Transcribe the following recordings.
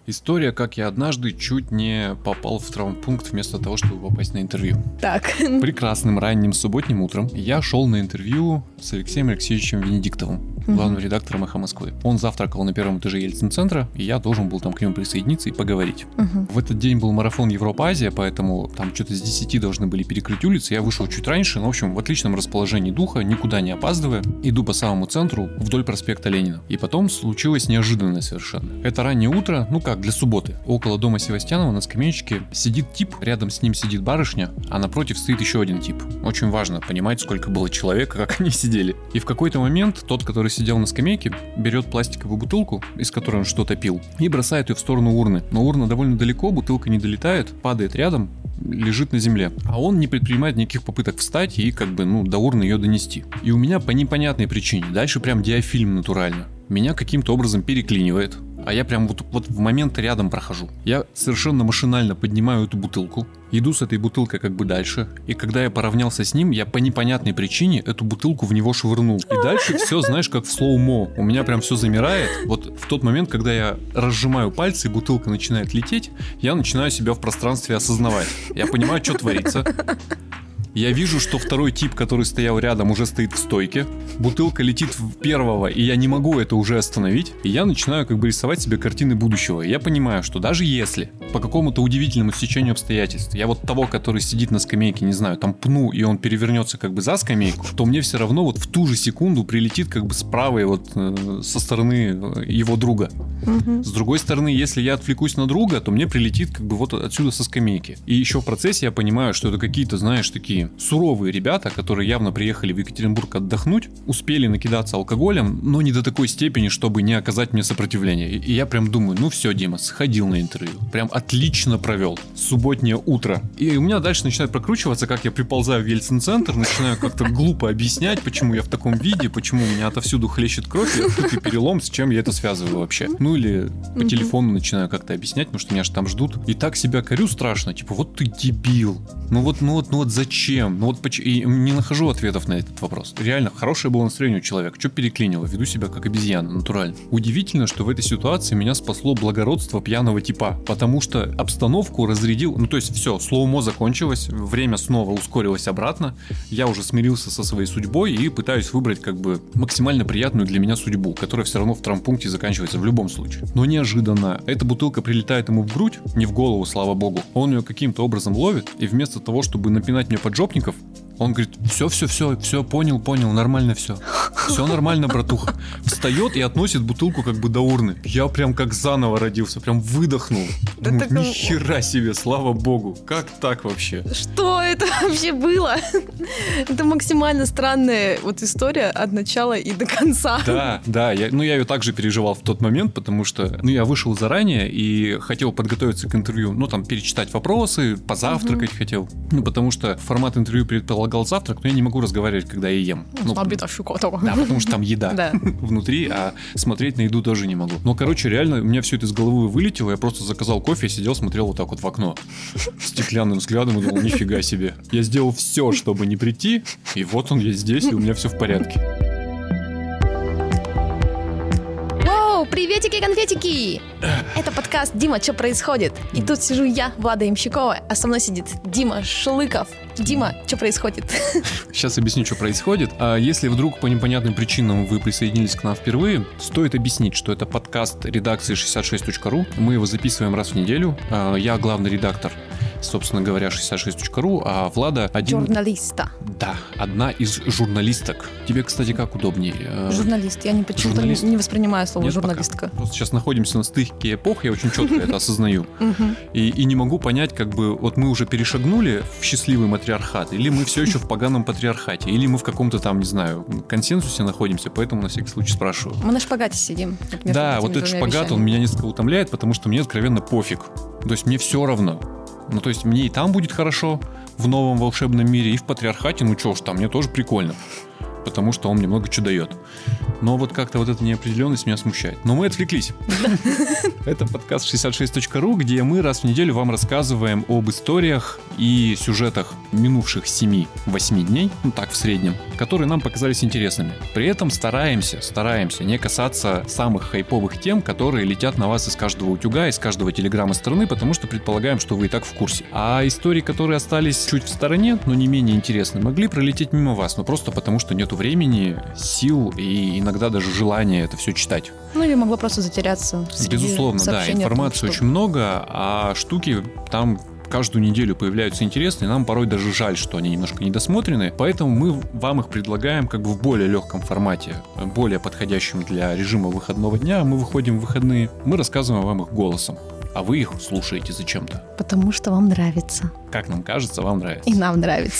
История, как я однажды чуть не попал в травмпункт вместо того, чтобы попасть на интервью. Так. Прекрасным ранним субботним утром я шел на интервью с Алексеем Алексеевичем Венедиктовым, главным редактором «Эхо Москвы». Он завтракал на первом этаже Ельцин-центра, и я должен был там к нему присоединиться и поговорить. В этот день был марафон Европа-Азия, поэтому там что-то с 10 должны были перекрыть улицы. Я вышел чуть раньше, но, в общем, в отличном расположении духа, никуда не опаздывая, иду по самому центру вдоль проспекта Ленина. И потом случилось неожиданное совершенно. Это раннее утро, для субботы. Около дома Севастьянова на скамеечке сидит тип, рядом с ним сидит барышня, а напротив стоит еще один тип. Очень важно понимать, сколько было человек, как они сидели. И в какой-то момент тот, который сидел на скамейке, берет пластиковую бутылку, из которой он что-то пил, и бросает ее в сторону урны. Но урна довольно далеко, бутылка не долетает, падает рядом, лежит на земле. А он не предпринимает никаких попыток встать и до урны ее донести. И у меня по непонятной причине, дальше прям диафильм натурально, меня каким-то образом переклинивает. А я прям вот в момент рядом прохожу. Я совершенно машинально поднимаю эту бутылку, иду с этой бутылкой дальше, и когда я поравнялся с ним, я по непонятной причине эту бутылку в него швырнул. И дальше все, знаешь, как в слоумо. У меня прям все замирает. Вот в тот момент, когда я разжимаю пальцы, и бутылка начинает лететь, я начинаю себя в пространстве осознавать. Я понимаю, что творится. Я вижу, что второй тип, который стоял рядом, уже стоит в стойке. Бутылка летит в первого, и я не могу это уже остановить. И я начинаю рисовать себе картины будущего. И я понимаю, что даже если по какому-то удивительному стечению обстоятельств я вот того, который сидит на скамейке, не знаю, там пну, и он перевернется за скамейку, то мне все равно вот в ту же секунду прилетит справа со стороны его друга. С другой стороны, если я отвлекусь на друга, то мне прилетит вот отсюда со скамейки. И еще в процессе я понимаю, что это какие-то, знаешь, такие суровые ребята, которые явно приехали в Екатеринбург отдохнуть, успели накидаться алкоголем, но не до такой степени, чтобы не оказать мне сопротивления. И я прям думаю, все, Дима, сходил на интервью. Прям отлично провел. Субботнее утро. И у меня дальше начинает прокручиваться, как я приползаю в Ельцин-центр, начинаю как-то глупо объяснять, почему я в таком виде, почему у меня отовсюду хлещет кровь, и открытый перелом, с чем я это связываю вообще. Или по телефону начинаю как-то объяснять, потому что меня же там ждут. И так себя корю страшно, вот ты дебил. Зачем? И не нахожу ответов на этот вопрос. Реально, хорошее было настроение у человека. Что переклинило? Веду себя как обезьяна, натурально. Удивительно, что в этой ситуации меня спасло благородство пьяного типа. Потому что обстановку разрядил. Все, слоумо закончилось. Время снова ускорилось обратно. Я уже смирился со своей судьбой и пытаюсь выбрать максимально приятную для меня судьбу, которая все равно в травмпункте заканчивается в любом случае. Но неожиданно эта бутылка прилетает ему в грудь, не в голову, слава богу. Он ее каким-то образом ловит, и вместо того, чтобы напинать мне поджопников, он говорит, все, понял, нормально все. Все нормально, братуха. Встает и относит бутылку до урны. Я прям как заново родился, прям выдохнул. Думаю, нихера себе, слава богу. Как так вообще? Что это вообще было? Это максимально странная история от начала и до конца. Да, я ее также переживал в тот момент, потому что я вышел заранее и хотел подготовиться к интервью, перечитать вопросы, позавтракать хотел. Потому что формат интервью предполагал завтрак, но я не могу разговаривать, когда я ем. Да, потому что там еда внутри, а смотреть на еду тоже не могу. Но, реально, у меня все это из головы вылетело, я просто заказал кофе, сидел, смотрел в окно. Стеклянным взглядом и думал, нифига себе. Я сделал все, чтобы не прийти, и вот я здесь, и у меня все в порядке. Приветики-конфетики! Это подкаст «Дима, что происходит?» И тут сижу я, Влада Ямщикова, а со мной сидит Дима Шлыков. Дима, что происходит? Сейчас объясню, что происходит. Если вдруг по непонятным причинам вы присоединились к нам впервые, стоит объяснить, что это подкаст редакции 66.ru. Мы его записываем раз в неделю. Я главный редактор, собственно говоря, 66.ru, а Влада журналиста. Да, одна из журналисток. Тебе, кстати, как удобнее? Журналист. Я почему-то не воспринимаю слово журналистка. Просто сейчас находимся на стыке эпох, я очень четко это осознаю. И не могу понять, мы уже перешагнули в счастливый матриархат, или мы все еще в поганом патриархате, или мы в каком-то консенсусе находимся, поэтому на всякий случай спрашиваю. Мы на шпагате сидим. Да, этот шпагат, он меня несколько утомляет, потому что мне откровенно пофиг. То есть мне все равно. Мне и там будет хорошо, в новом волшебном мире, и в патриархате, мне тоже прикольно. Потому что он мне много чего дает. Но как-то эта неопределенность меня смущает. Но мы отвлеклись. Это подкаст 66.ru, где мы раз в неделю вам рассказываем об историях и сюжетах минувших 7-8 дней, ну так в среднем, которые нам показались интересными. При этом стараемся не касаться самых хайповых тем, которые летят на вас из каждого утюга, из каждого телеграмма страны, потому что предполагаем, что вы и так в курсе. А истории, которые остались чуть в стороне, но не менее интересны, могли пролететь мимо вас, но просто потому, что нету времени, сил и иногда даже желания это все читать. Ну или могло просто затеряться. Безусловно, да, информации очень много, а штуки там каждую неделю появляются интересные, нам порой даже жаль, что они немножко недосмотрены, поэтому мы вам их предлагаем как бы в более легком формате, более подходящем для режима выходного дня. Мы выходим в выходные, мы рассказываем вам их голосом, а вы их слушаете зачем-то. Потому что вам нравится. Как нам кажется, вам нравится. И нам нравится.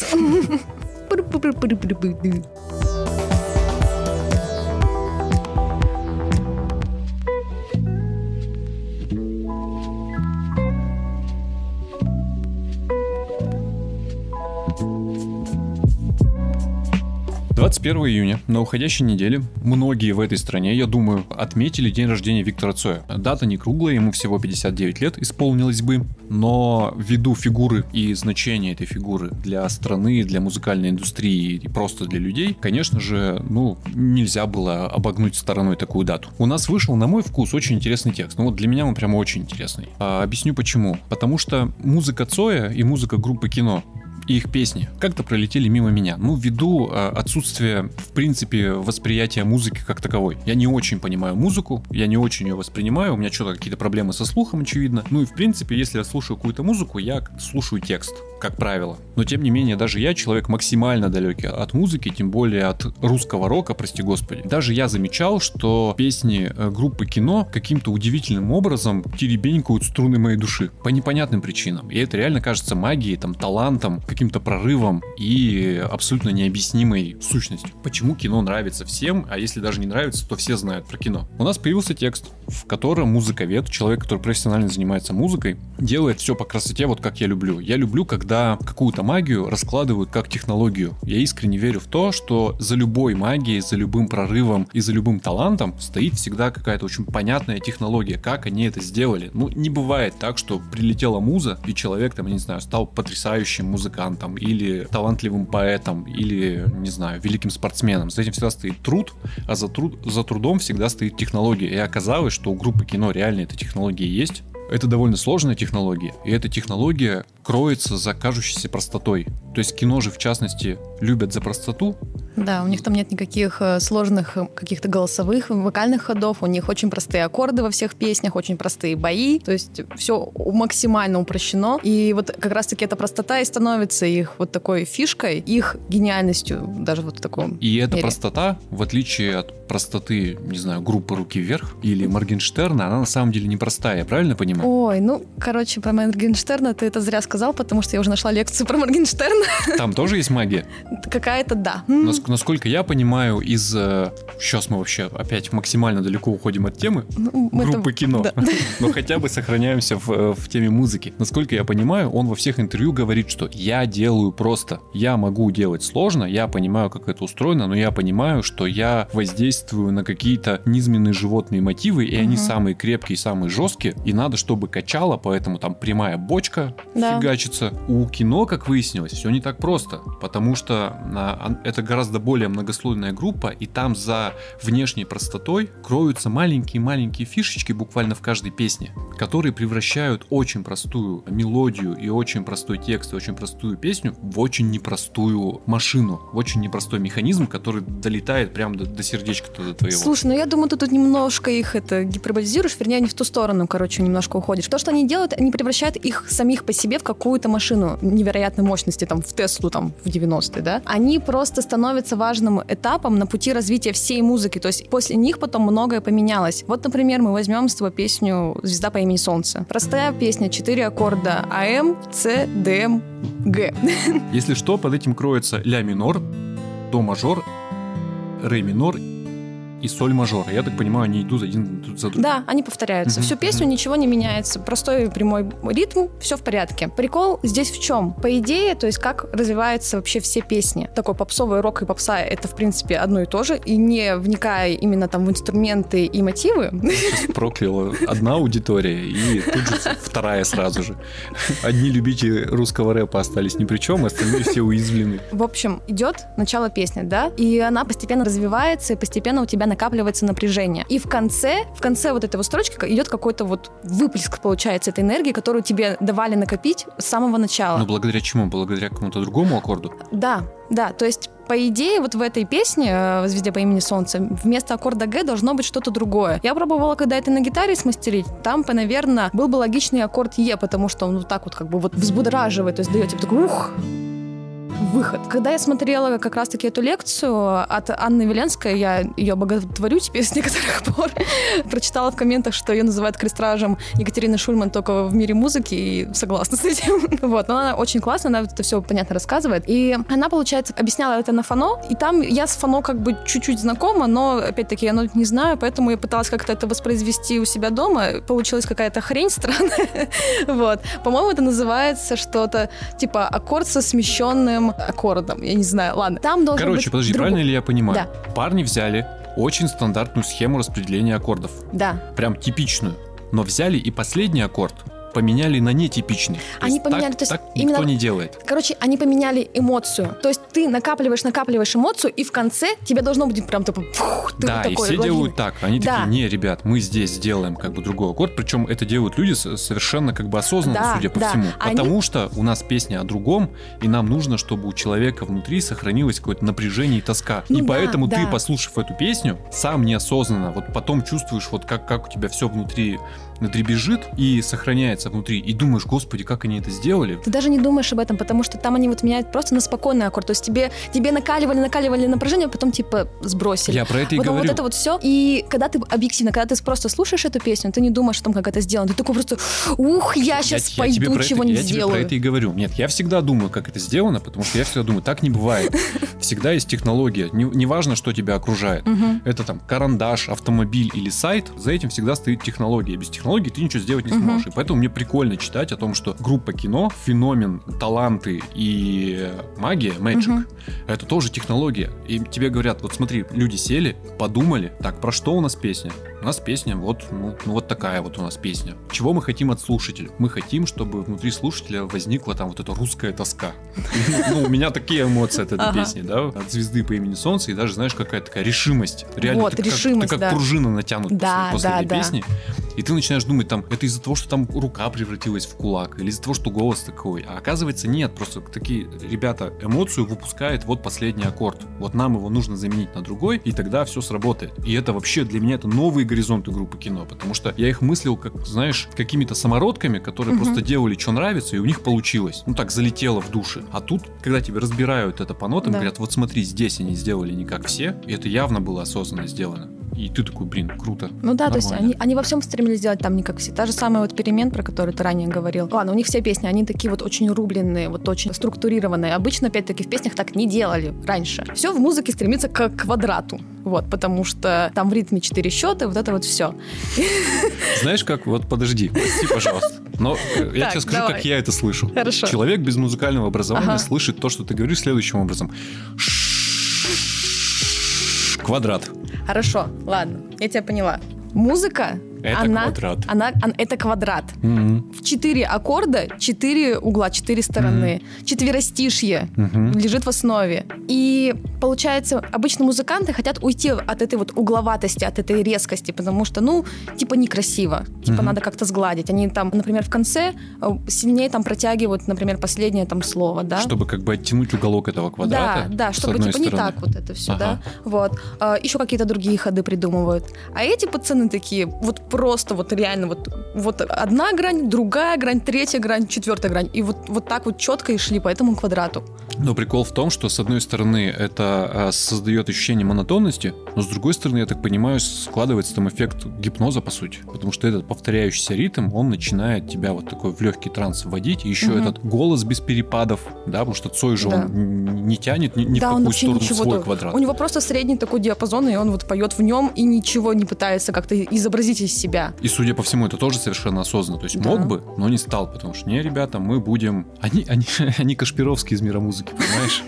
21 июня, на уходящей неделе, многие в этой стране, я думаю, отметили день рождения Виктора Цоя. Дата не круглая, ему всего 59 лет исполнилось бы, но ввиду фигуры и значения этой фигуры для страны, для музыкальной индустрии и просто для людей, конечно же, нельзя было обогнуть стороной такую дату. У нас вышел, на мой вкус, очень интересный текст. Для меня он прямо очень интересный. Объясню почему. Потому что музыка Цоя и музыка группы Кино и их песни как-то пролетели мимо меня. Ввиду отсутствия, в принципе, восприятия музыки как таковой. Я не очень понимаю музыку, я не очень ее воспринимаю, у меня что-то какие-то проблемы со слухом, очевидно. И, в принципе, если я слушаю какую-то музыку, я слушаю текст, как правило. Но, тем не менее, даже я, человек максимально далекий от музыки, тем более от русского рока, прости господи. Даже я замечал, что песни группы Кино каким-то удивительным образом теребенькают струны моей души. По непонятным причинам. И это реально кажется магией, талантом, каким-то прорывом и абсолютно необъяснимой сущностью. Почему Кино нравится всем, а если даже не нравится, то все знают про Кино. У нас появился текст, в котором музыковед, человек, который профессионально занимается музыкой, делает все по красоте, вот как я люблю. Я люблю, когда какую-то магию раскладывают как технологию. Я искренне верю в то, что за любой магией, за любым прорывом и за любым талантом стоит всегда какая-то очень понятная технология, как они это сделали. Не бывает так, что прилетела муза, и человек, стал потрясающим музыкантом, или талантливым поэтом, или, великим спортсменом. За этим всегда стоит труд, а за трудом всегда стоит технология. И оказалось, что у группы Кино реально эта технология есть. Это довольно сложная технология, и эта технология кроется за кажущейся простотой. То есть Кино же, в частности, любят за простоту. Да, у них там нет никаких сложных каких-то голосовых, вокальных ходов, у них очень простые аккорды во всех песнях, очень простые бои, то есть все максимально упрощено. И вот как раз-таки эта простота и становится их вот такой фишкой, их гениальностью даже вот в таком И эта мере. простота, в отличие от простоты, группы «Руки вверх» или Моргенштерна, она на самом деле непростая, я правильно понимаю? Ой, про Моргенштерна ты это зря сказал, потому что я уже нашла лекцию про Моргенштерна. Там тоже есть магия? Какая-то, да. Насколько я понимаю, сейчас мы вообще опять максимально далеко уходим от темы группы Кино, да. Но хотя бы сохраняемся в теме музыки. Насколько я понимаю, он во всех интервью говорит, что я делаю просто. Я могу делать сложно, я понимаю, как это устроено, но я понимаю, что я воздействую на какие-то низменные животные мотивы, и они самые крепкие, самые жесткие, и надо, чтобы качало, поэтому там прямая бочка фигачится. У Кино, как выяснилось, все не так просто, потому что это гораздо более многослойная группа, и там за внешней простотой кроются маленькие-маленькие фишечки буквально в каждой песне, которые превращают очень простую мелодию и очень простой текст, и очень простую песню в очень непростую машину, в очень непростой механизм, который долетает прямо до сердечка твоего. Слушай, я думаю, ты тут немножко их гиперболизируешь, вернее, не в ту сторону, немножко уходишь. То, что они делают, они превращают их самих по себе в какую-то машину невероятной мощности, в Теслу, в 90-е, да? Они просто становятся важным этапом на пути развития всей музыки, то есть после них потом многое поменялось. Вот, например, мы возьмем с тобой песню «Звезда по имени Солнце». Простая песня, 4 аккорда АМ, С, ДМ, Г. Если что, под этим кроется ля минор, до мажор, ре минор и соль мажор. Я так понимаю, они идут один за другим. Да, они повторяются. Всю песню ничего не меняется. Простой прямой ритм, все в порядке. Прикол здесь в чем? По идее, то есть как развиваются вообще все песни. Такой попсовый рок и попса — это, в принципе, одно и то же. И не вникая именно там в инструменты и мотивы... Сейчас прокляла одна аудитория, и тут же вторая сразу же. Одни любители русского рэпа остались ни при чем, остальные все уязвлены. В общем, идет начало песни, да, и она постепенно развивается, и постепенно у тебя накапливается напряжение. И в конце вот этой вот строчки идет какой-то вот выплеск, получается, этой энергии, которую тебе давали накопить с самого начала. Но благодаря чему? Благодаря какому-то другому аккорду? Да, то есть по идее, вот в этой песне «Звезде по имени Солнце» вместо аккорда Г должно быть что-то другое. Я пробовала, когда это на гитаре смастерить, там, наверное, был бы логичный аккорд Е, потому что он вот так вот как бы вот взбудораживает, то есть дает тебе такой выход. Когда я смотрела как раз-таки эту лекцию от Анны Веленской, я ее боготворю теперь с некоторых пор, прочитала в комментах, что ее называют крестражем Екатерины Шульман только в мире музыки, и согласна с этим. Вот. Но она очень классная, она это все понятно рассказывает. И она, получается, объясняла это на фано, и там я с фано как бы чуть-чуть знакома, но, опять-таки, я не знаю, поэтому я пыталась как-то это воспроизвести у себя дома. Получилась какая-то хрень странная. Вот. По-моему, это называется что-то типа аккорд со смещенным аккордом, я не знаю, ладно. Там должен быть подожди, правильно ли я понимаю? Да. Парни взяли очень стандартную схему распределения аккордов. Да. Прям типичную. Но взяли и последний аккорд поменяли на нетипичный. Они поменяли, то есть так именно, никто не делает. Короче, они поменяли эмоцию. То есть ты накапливаешь эмоцию, и в конце тебе должно быть прям такой... Да, и все делают так. Они такие, не, ребят, мы здесь сделаем как бы другой аккорд. Причем это делают люди совершенно как бы осознанно, судя по всему. Потому что у нас песня о другом, и нам нужно, чтобы у человека внутри сохранилось какое-то напряжение и тоска. И поэтому ты, послушав эту песню, сам неосознанно, вот потом чувствуешь, вот как у тебя все внутри дребезжит и сохраняется внутри, и думаешь, господи, как они это сделали. Ты даже не думаешь об этом, потому что там они вот меняют просто на спокойный аккорд. То есть тебе накаливали напряжение, а потом типа сбросили. Я про это и потом говорю. Вот это вот все. И когда ты объективно, когда ты просто слушаешь эту песню, ты не думаешь о том, как это сделано. Ты такой просто, я сейчас пойду, чего не сделаю. Я тебе про это и говорю. Нет, я всегда думаю, как это сделано, потому что я всегда думаю, так не бывает. Всегда есть технология. Неважно, что тебя окружает. Это там карандаш, автомобиль или сайт. За этим всегда стоит технология. Без технологии ты ничего сделать не сможешь. И поэтому мне прикольно читать о том, что группа кино, феномен, таланты и магия, magic, это тоже технология. И тебе говорят, вот смотри, люди сели, подумали, так, про что у нас песня? У нас песня вот, вот такая вот у нас песня. Чего мы хотим от слушателя? Мы хотим, чтобы внутри слушателя возникла там вот эта русская тоска. У меня такие эмоции от этой песни, да, от «Звезды по имени Солнце», и даже, знаешь, какая-то такая решимость. Реально, ты как пружина натянута после этой песни. И ты начинаешь думать, там, это из-за того, что там рука превратилась в кулак, или из-за того, что голос такой. А оказывается, нет, просто такие ребята эмоцию выпускают, вот последний аккорд. Вот нам его нужно заменить на другой, и тогда все сработает. И это вообще для меня это новые горизонты группы кино, потому что я их мыслил, как, знаешь, какими-то самородками, которые просто делали, что нравится, и у них получилось. Ну так, залетело в душе. А тут, когда тебе разбирают это по нотам, говорят, вот смотри, здесь они сделали не как все, и это явно было осознанно сделано. И ты такой, блин, круто. Ну да, нормально. То есть они во всем стремились сделать там не как все. Та же самая вот «Перемен», про которую ты ранее говорил. Ладно, у них все песни, они такие вот очень рубленные, вот очень структурированные. Обычно, опять-таки, в песнях так не делали раньше. Все в музыке стремится к квадрату. Вот, потому что там в ритме 4 счета, вот это вот все. Знаешь как? Вот подожди, прости, пожалуйста. Но я тебе скажу, как я это слышу. Хорошо. Человек без музыкального образования слышит то, что ты говоришь, следующим образом. Квадрат. Хорошо, ладно, я тебя поняла. Музыка, квадрат. Это квадрат. В 4 аккорда, 4 угла, 4 стороны. Четверостишье лежит в основе. И получается, обычно музыканты хотят уйти от этой вот угловатости, от этой резкости, потому что, типа некрасиво. Типа надо как-то сгладить. Они там, например, в конце сильнее там протягивают, например, последнее там слово, да? Чтобы как бы оттянуть уголок этого квадрата. Да, чтобы типа не так вот это все, да? Вот. Еще какие-то другие ходы придумывают. А эти пацаны такие, вот просто вот реально вот одна грань, другая грань, третья грань, четвертая грань. И вот так вот четко и шли по этому квадрату. Но прикол в том, что с одной стороны это создает ощущение монотонности, но с другой стороны, я так понимаю, складывается там эффект гипноза, по сути. Потому что этот повторяющийся ритм, он начинает тебя вот такой в легкий транс вводить. И еще этот голос без перепадов, да, потому что Цой же он не тянет ни в какую сторону свой квадрат. У него просто средний такой диапазон, и он вот поет в нем и ничего не пытается как-то изобразить из себя. И, судя по всему, это тоже совершенно осознанно. То есть мог бы, но не стал, потому что, не, ребята, мы будем... Они Кашпировские из мира музыки, понимаешь?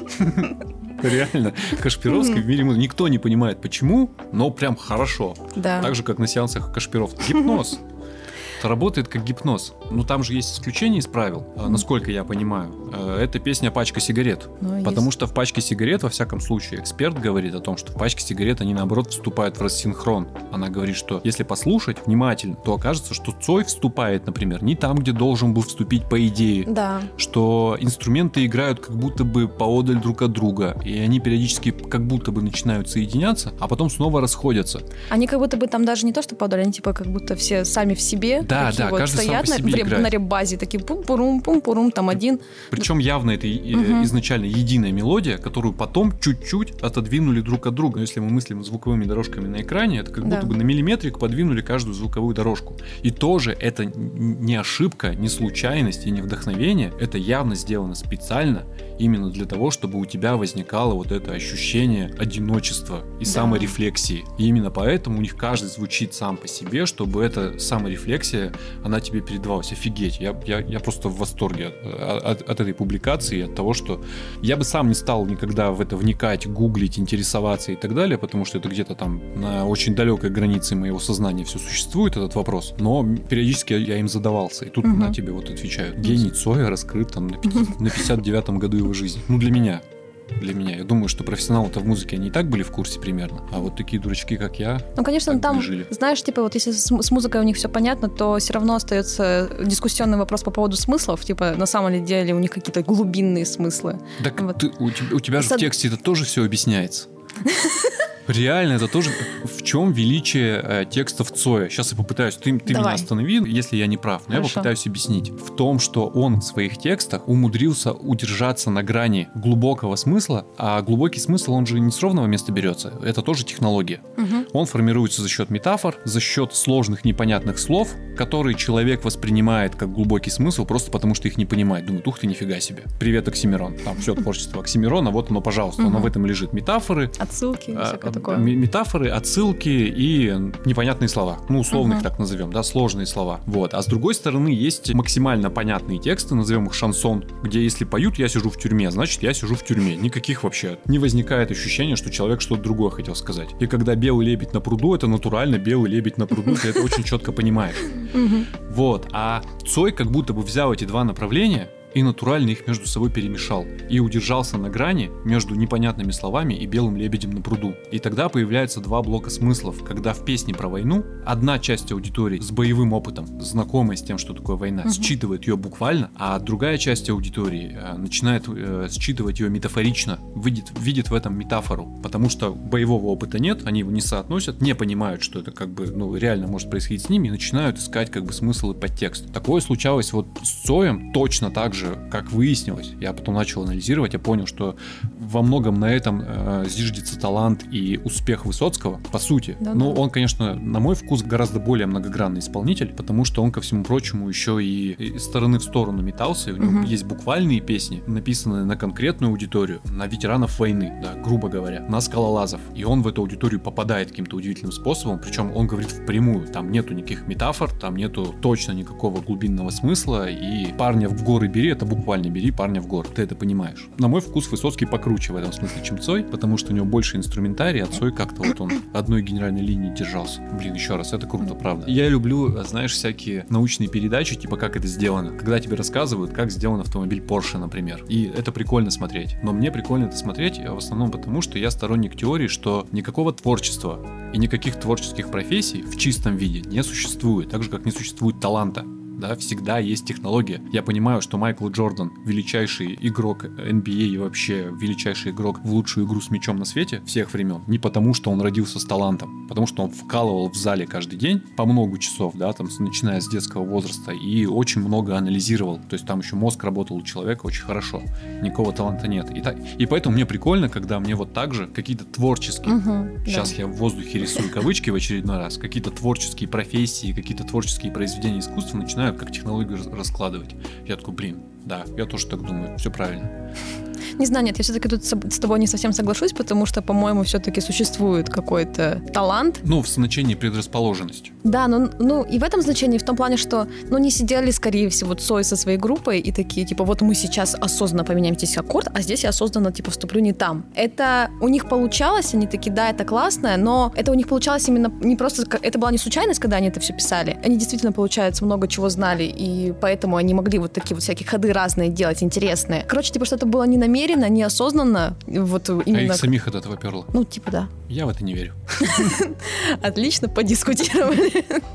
Реально, Кашпировский в мире музыки. Никто не понимает, почему, но прям хорошо. Да. Так же, как на сеансах Кашпиров. Гипноз. Это работает как гипноз. Но там же есть исключение из правил, насколько я понимаю. Это песня «Пачка сигарет». Потому что в пачке сигарет, во всяком случае, эксперт говорит о том, что в пачке сигарет они, наоборот, вступают в рассинхрон. Она говорит, что если послушать внимательно, то окажется, что Цой вступает, например, не там, где должен был вступить по идее. Да. Что инструменты играют как будто бы поодаль друг от друга. И они периодически как будто бы начинают соединяться, а потом снова расходятся. Они как будто бы там даже не то, что поодаль, они типа как будто все сами в себе. Да, вот каждый стоят сам по себе играет. На реп-базе, такие пум-пурум, там один. Причем явно это изначально единая мелодия, которую потом чуть-чуть отодвинули друг от друга. Но если мы мыслим звуковыми дорожками на экране, это как будто бы на миллиметрик подвинули каждую звуковую дорожку. И тоже это не ошибка, не случайность и не вдохновение. Это явно сделано специально именно для того, чтобы у тебя возникало вот это ощущение одиночества и саморефлексии. И именно поэтому у них каждый звучит сам по себе, чтобы эта саморефлексия, она тебе передавалась. Офигеть. Я просто в восторге от этой публикации, от того, что я бы сам не стал никогда в это вникать, гуглить, интересоваться и так далее, потому что это где-то там на очень далекой границе моего сознания все существует, этот вопрос. Но периодически я им задавался. И тут на тебе вот отвечают. Гений Цоя раскрыт там на 59-м году его жизни. Ну, для меня. Я думаю, что профессионалы-то в музыке, они и так были в курсе примерно. А вот такие дурачки, как я, ну, конечно, там, жили. Знаешь, типа, вот если с музыкой у них все понятно, то все равно остается дискуссионный вопрос по поводу смыслов. Типа, на самом ли деле у них какие-то глубинные смыслы. Так вот. У тебя же в тексте это тоже все объясняется. Реально, это тоже в чем величие текстов Цоя. Сейчас я попытаюсь, ты меня останови, если я не прав, но я попытаюсь объяснить. В том, что он в своих текстах умудрился удержаться на грани глубокого смысла, а глубокий смысл, он же не с ровного места берется. Это тоже технология. Он формируется за счет метафор, за счет сложных непонятных слов, которые человек воспринимает как глубокий смысл просто потому, что их не понимает. Думает, ух ты, нифига себе. Привет, Оксимирон. Там все творчество Оксимирона, вот оно, пожалуйста. Оно в этом лежит. Метафоры. Отсылки, всякое такое. Метафоры, отсылки и непонятные слова. Ну, условно их так назовем, да, сложные слова. Вот. А с другой стороны, есть максимально понятные тексты, назовем их шансон, где если поют «я сижу в тюрьме», значит, я сижу в тюрьме. Никаких вообще. Не возникает ощущения, что человек что-то другое хотел сказать. И когда белый лебедь на пруду, это натурально белый лебедь на пруду, ты это очень четко понимаешь. Вот. А Цой как будто бы взял эти два направления и натурально их между собой перемешал. И удержался на грани между непонятными словами и белым лебедем на пруду. И тогда появляются два блока смыслов, когда в песне про войну одна часть аудитории с боевым опытом, знакомая с тем, что такое война, считывает ее буквально, а другая часть аудитории начинает считывать ее метафорично, видит в этом метафору. Потому что боевого опыта нет, они его не соотносят, не понимают, что это как бы реально может происходить с ними, и начинают искать как бы смысл и подтекст. Такое случалось вот с Цоем точно так же, как выяснилось. Я потом начал анализировать, я понял, что во многом на этом зиждется талант и успех Высоцкого, по сути. Но он, конечно, на мой вкус, гораздо более многогранный исполнитель, потому что он, ко всему прочему, еще и из стороны в сторону метался, и у него есть буквальные песни, написанные на конкретную аудиторию, на ветеранов войны, да, грубо говоря, на скалолазов. И он в эту аудиторию попадает каким-то удивительным способом, причем он говорит впрямую, там нету никаких метафор, там нету точно никакого глубинного смысла, и парня в горы бери, это буквально бери парня в горы, ты это понимаешь. На мой вкус Высоцкий покруче в этом смысле, чем Цой, потому что у него больше инструментарий, а Цой как-то вот он одной генеральной линии держался. Блин, еще раз, это круто, правда. Я люблю, знаешь, всякие научные передачи, типа как это сделано, когда тебе рассказывают, как сделан автомобиль Porsche, например. И это прикольно смотреть. Но мне прикольно это смотреть в основном потому, что я сторонник теории, что никакого творчества и никаких творческих профессий в чистом виде не существует, так же, как не существует таланта. да, всегда есть технология. Я понимаю, что Майкл Джордан, величайший игрок NBA и вообще величайший игрок в лучшую игру с мячом на свете всех времен, не потому, что он родился с талантом, потому что он вкалывал в зале каждый день по много часов, да, там, начиная с детского возраста, и очень много анализировал. То есть там еще мозг работал у человека очень хорошо. Никакого таланта нет. И поэтому мне прикольно, когда мне вот так же какие-то творческие, сейчас я в воздухе рисую кавычки в очередной раз, какие-то творческие профессии, какие-то творческие произведения искусства начинают как технологию раскладывать. Я такой, блин, да, я тоже так думаю, все правильно. Не знаю, нет, я все-таки тут с тобой не совсем соглашусь, потому что, по-моему, все-таки существует какой-то талант. Ну, в значении предрасположенности. Да, ну и в этом значении, в том плане, что, не сидели, скорее всего, Цой со своей группой и такие, типа, вот мы сейчас осознанно поменяем здесь аккорд, а здесь я осознанно, типа, вступлю не там. Это у них получалось, они такие, да, это классно, но это у них получалось именно не просто, это была не случайность, когда они это все писали. Они действительно, получается, много чего знали, и поэтому они могли вот такие вот всякие ходы разные делать, интересные. Короче, типа, что-то было не намеренно, неосознанно, вот именно... А их самих от этого перло? Ну, типа, да. Я в это не верю. Отлично, подискутировали.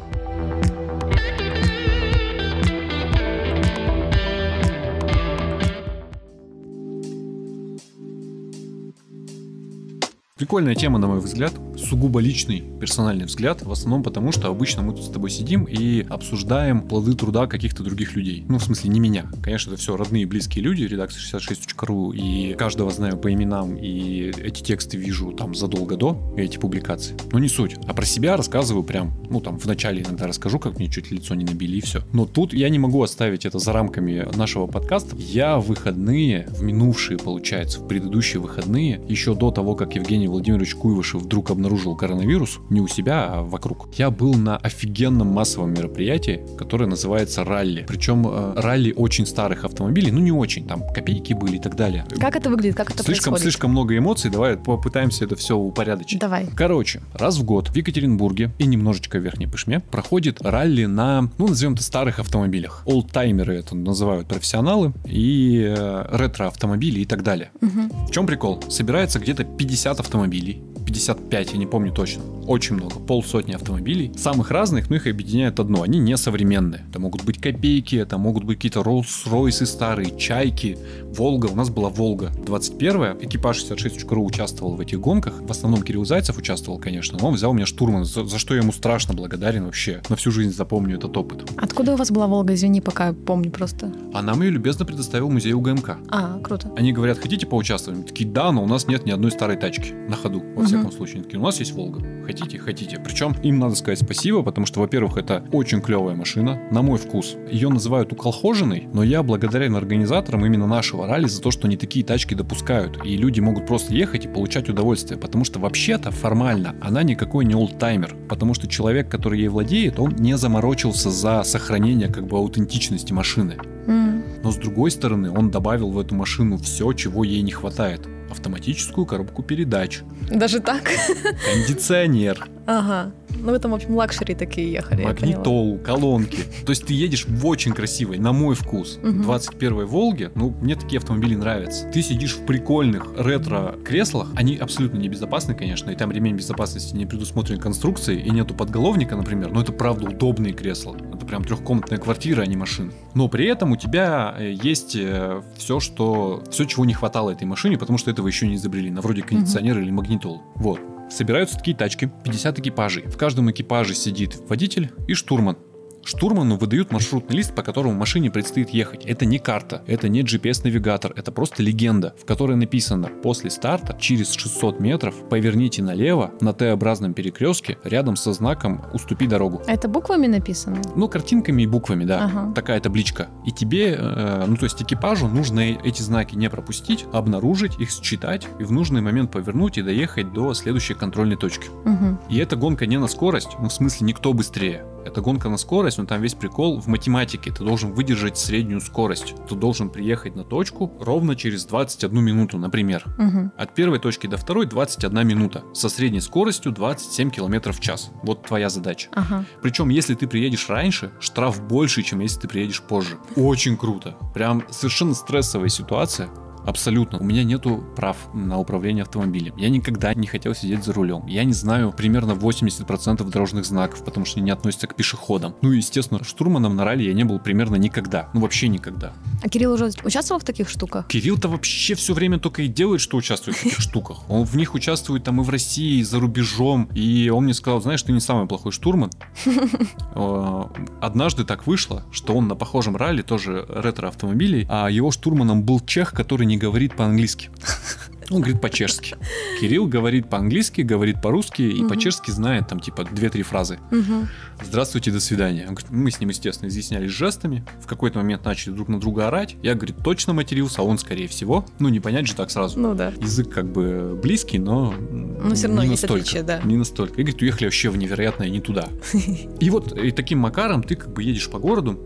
Прикольная тема, на мой взгляд, сугубо личный, персональный взгляд, в основном потому, что обычно мы тут с тобой сидим и обсуждаем плоды труда каких-то других людей. Ну, в смысле, не меня. Конечно, это все родные и близкие люди, редакция 66.ru, и каждого знаю по именам, и эти тексты вижу там задолго до эти публикации. Но не суть. А про себя рассказываю прям, там в начале иногда расскажу, как мне чуть лицо не набили, и все. Но тут я не могу оставить это за рамками нашего подкаста. Я в выходные, в минувшие, получается, в предыдущие выходные, еще до того, как Евгений Владимирович Куйвышев вдруг обнаружил коронавирус, не у себя, а вокруг. Я был на офигенном массовом мероприятии, которое называется ралли. Причем ралли очень старых автомобилей, не очень, там копейки были и так далее. Как это выглядит, как это происходит? Слишком много эмоций, давай попытаемся это все упорядочить. Давай. Короче, раз в год в Екатеринбурге и немножечко в Верхней Пышме проходит ралли на, назовем это, старых автомобилях. Олдтаймеры это называют профессионалы, и ретро-автомобили и так далее. В чем прикол? Собирается где-то 50 автомобилей, 55, я не помню точно. Очень много, 50 автомобилей. Самых разных, но их объединяет одно. Они несовременные. Это могут быть копейки, это могут быть какие-то Rolls-Royce старые, Чайки, Волга. У нас была Волга 21-я. Экипаж 66.ru участвовал в этих гонках. В основном Кирилл Зайцев участвовал, конечно. Но он взял меня штурман, за что я ему страшно благодарен вообще. На всю жизнь запомню этот опыт. Откуда у вас была Волга? Извини, пока помню просто. А нам ее любезно предоставил музей УГМК. А, круто. Они говорят, хотите поучаствовать? Мы такие, да, но у нас нет ни одной старой тачки на ходу, во всяком случае. Они такие, у нас есть Волга. Хотите. Причем им надо сказать спасибо, потому что, во-первых, это очень клевая машина, на мой вкус. Ее называют уколхоженной, но я благодарен организаторам именно нашего ралли за то, что они такие тачки допускают. И люди могут просто ехать и получать удовольствие, потому что вообще-то формально она никакой не олдтаймер, потому что человек, который ей владеет, он не заморочился за сохранение аутентичности машины. Но с другой стороны, он добавил в эту машину все, чего ей не хватает. Автоматическую коробку передач. Даже так? Кондиционер. Ага. В этом, в общем, лакшери такие ехали. Магнитолу, колонки. То есть ты едешь в очень красивой, на мой вкус, 21-й Волге. Мне такие автомобили нравятся. Ты сидишь в прикольных ретро-креслах. Они абсолютно небезопасны, конечно. И там ремень безопасности не предусмотрен конструкцией. И нету подголовника, например. Но это правда удобные кресла. Это прям трехкомнатная квартира, а не машина. Но при этом у тебя есть все, чего не хватало этой машине, потому что этого еще не изобрели. Вроде кондиционера или магнитолу. Вот. Собираются такие тачки, 50 экипажей. В каждом экипаже сидит водитель и штурман. Штурману выдают маршрутный лист, по которому машине предстоит ехать. Это не карта, это не GPS-навигатор, это просто легенда, в которой написано: после старта через 600 метров поверните налево на Т-образном перекрестке рядом со знаком «Уступи дорогу». А это буквами написано? Картинками и буквами, да. Ага. Такая табличка. И тебе, то есть экипажу нужно эти знаки не пропустить, обнаружить, их считать и в нужный момент повернуть и доехать до следующей контрольной точки. И эта гонка не на скорость, в смысле никто быстрее. Это гонка на скорость, но там весь прикол в математике. Ты должен выдержать среднюю скорость. Ты должен приехать на точку ровно через 21 минуту, например. От первой точки до второй 21 минута. Со средней скоростью 27 км в час. Вот твоя задача. Причем, если ты приедешь раньше, штраф больше, чем если ты приедешь позже. Очень круто. Прям совершенно стрессовая ситуация. Абсолютно. У меня нету прав на управление автомобилем. Я никогда не хотел сидеть за рулем. Я не знаю примерно 80% дорожных знаков, потому что они не относятся к пешеходам. Ну и, естественно, штурманом на ралли я не был примерно никогда. Ну, вообще никогда. А Кирилл уже участвовал в таких штуках? Кирилл-то вообще все время только и делает, что участвует в таких штуках. Он в них участвует там и в России, и за рубежом. И он мне сказал, знаешь, ты не самый плохой штурман. Однажды так вышло, что он на похожем ралли, тоже ретро-автомобилей, а его штурманом был чех, который не говорит по-английски. Он говорит по-чешски. Кирилл говорит по-английски, говорит по-русски и по-чешски знает там типа 2-3 фразы. Здравствуйте, до свидания. Он говорит, мы с ним, естественно, изъяснялись жестами. В какой-то момент начали друг на друга орать. Я, говорит, точно матерился, а он, скорее всего. Ну, не понять же так сразу. Ну да. Язык как бы близкий, но все равно не есть настолько. отличия, да. Не настолько. И, говорит, уехали вообще в невероятное не туда. И вот и таким макаром ты как бы едешь по городу,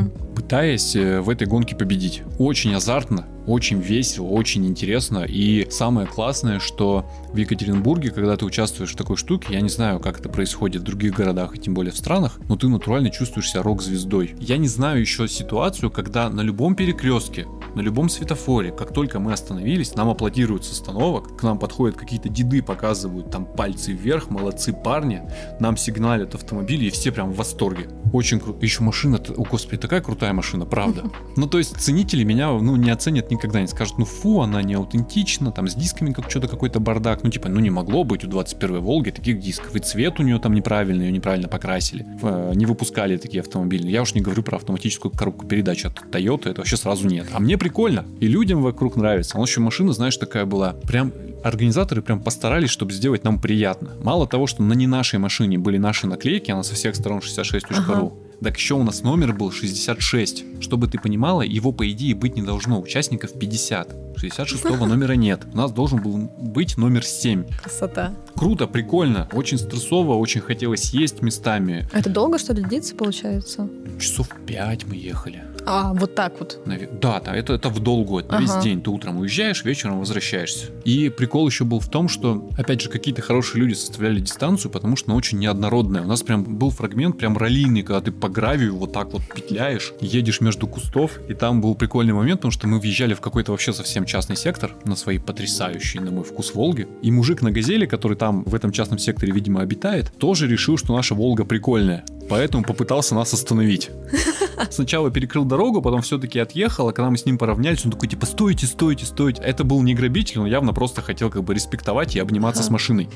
пытаясь в этой гонке победить. Очень азартно, очень весело, очень интересно. И самое классное, что в Екатеринбурге, когда ты участвуешь в такой штуке, я не знаю, как это происходит в других городах, и тем более в странах, но ты натурально чувствуешь себя рок-звездой. Я не знаю еще ситуацию, когда на любом перекрестке, на любом светофоре, как только мы остановились, нам аплодируют с остановок, к нам подходят какие-то деды, показывают там пальцы вверх, молодцы парни, нам сигналят автомобили, и все прям в восторге. Очень круто. Еще машина, о господи, такая крутая машина, правда. Ну, то есть ценители меня, не оценят никогда, не скажут, фу, она не аутентична, там с дисками как что-то какой-то бардак, не могло быть у 21-й Волги таких дисков, и цвет у нее там неправильный, ее неправильно покрасили, не выпускали такие автомобили. Я уж не говорю про автоматическую коробку передач от Toyota, это вообще сразу нет. А мне прикольно, и людям вокруг нравится. А еще машина, знаешь, такая была, прям организаторы прям постарались, чтобы сделать нам приятно. Мало того, что на не нашей машине были наши наклейки, она со всех сторон 66.ru, так еще у нас номер был 66. Чтобы ты понимала, его по идее быть не должно. Участников 50. 66-го номера нет. У нас должен был быть номер 7. Красота. Круто, прикольно. Очень стрессово, очень хотелось есть местами. А это долго, что ли, длится, получается? Часов 5 мы ехали. А, вот так вот? Да, это в долгу, это весь день. Ты утром уезжаешь, вечером возвращаешься. И прикол еще был в том, что, опять же, какие-то хорошие люди составляли дистанцию, потому что она очень неоднородная. У нас прям был фрагмент прям раллийный, когда ты по гравию вот так вот петляешь, едешь между кустов, и там был прикольный момент, потому что мы въезжали в какой-то вообще совсем частный сектор, на свои потрясающие, на мой вкус, Волги. И мужик на «Газели», который там в этом частном секторе, видимо, обитает, тоже решил, что наша Волга прикольная. Поэтому попытался нас остановить. Сначала перекрыл дорогу, потом все-таки отъехал, а когда мы с ним поравнялись, он такой, типа, стойте, стойте, стойте. Это был не грабитель, он явно просто хотел как бы респектовать и обниматься с машиной.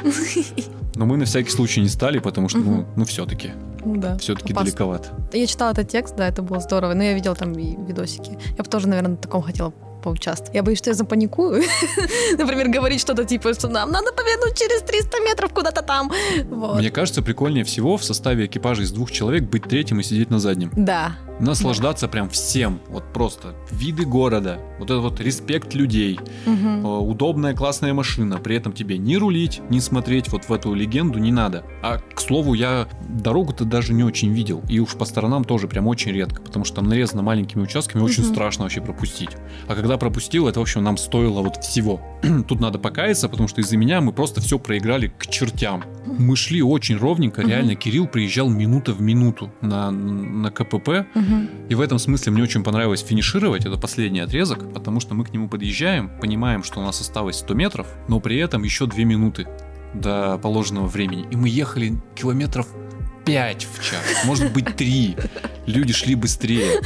Но мы на всякий случай не стали, потому что, все-таки. Да, все-таки опасно. далековато. Я читала этот текст, да, это было здорово. Но я видела там и видосики. Я бы тоже, наверное, на таком хотела поучаствовать. Я боюсь, что я запаникую. Например, говорить что-то типа, что нам надо повернуть через 300 метров куда-то там. Вот. Мне кажется, прикольнее всего в составе экипажа из 2 человек быть третьим и сидеть на заднем. Да. Наслаждаться прям всем. Вот просто виды города, вот это вот респект людей, удобная классная машина. При этом тебе не рулить, не смотреть вот в эту легенду не надо. А, к слову, я дорогу-то даже не очень видел. И уж по сторонам тоже прям очень редко, потому что там нарезано маленькими участками, очень страшно вообще пропустить. А когда пропустил, это, в общем, нам стоило вот всего. Тут надо покаяться, потому что из-за меня мы просто все проиграли к чертям. Мы шли очень ровненько, реально. Кирилл приезжал минута в минуту на КПП. И в этом смысле мне очень понравилось финишировать, это последний отрезок, потому что мы к нему подъезжаем, понимаем, что у нас осталось 100 метров, но при этом еще 2 минуты до положенного времени. И мы ехали километров 5 в час, может быть 3. Люди шли быстрее.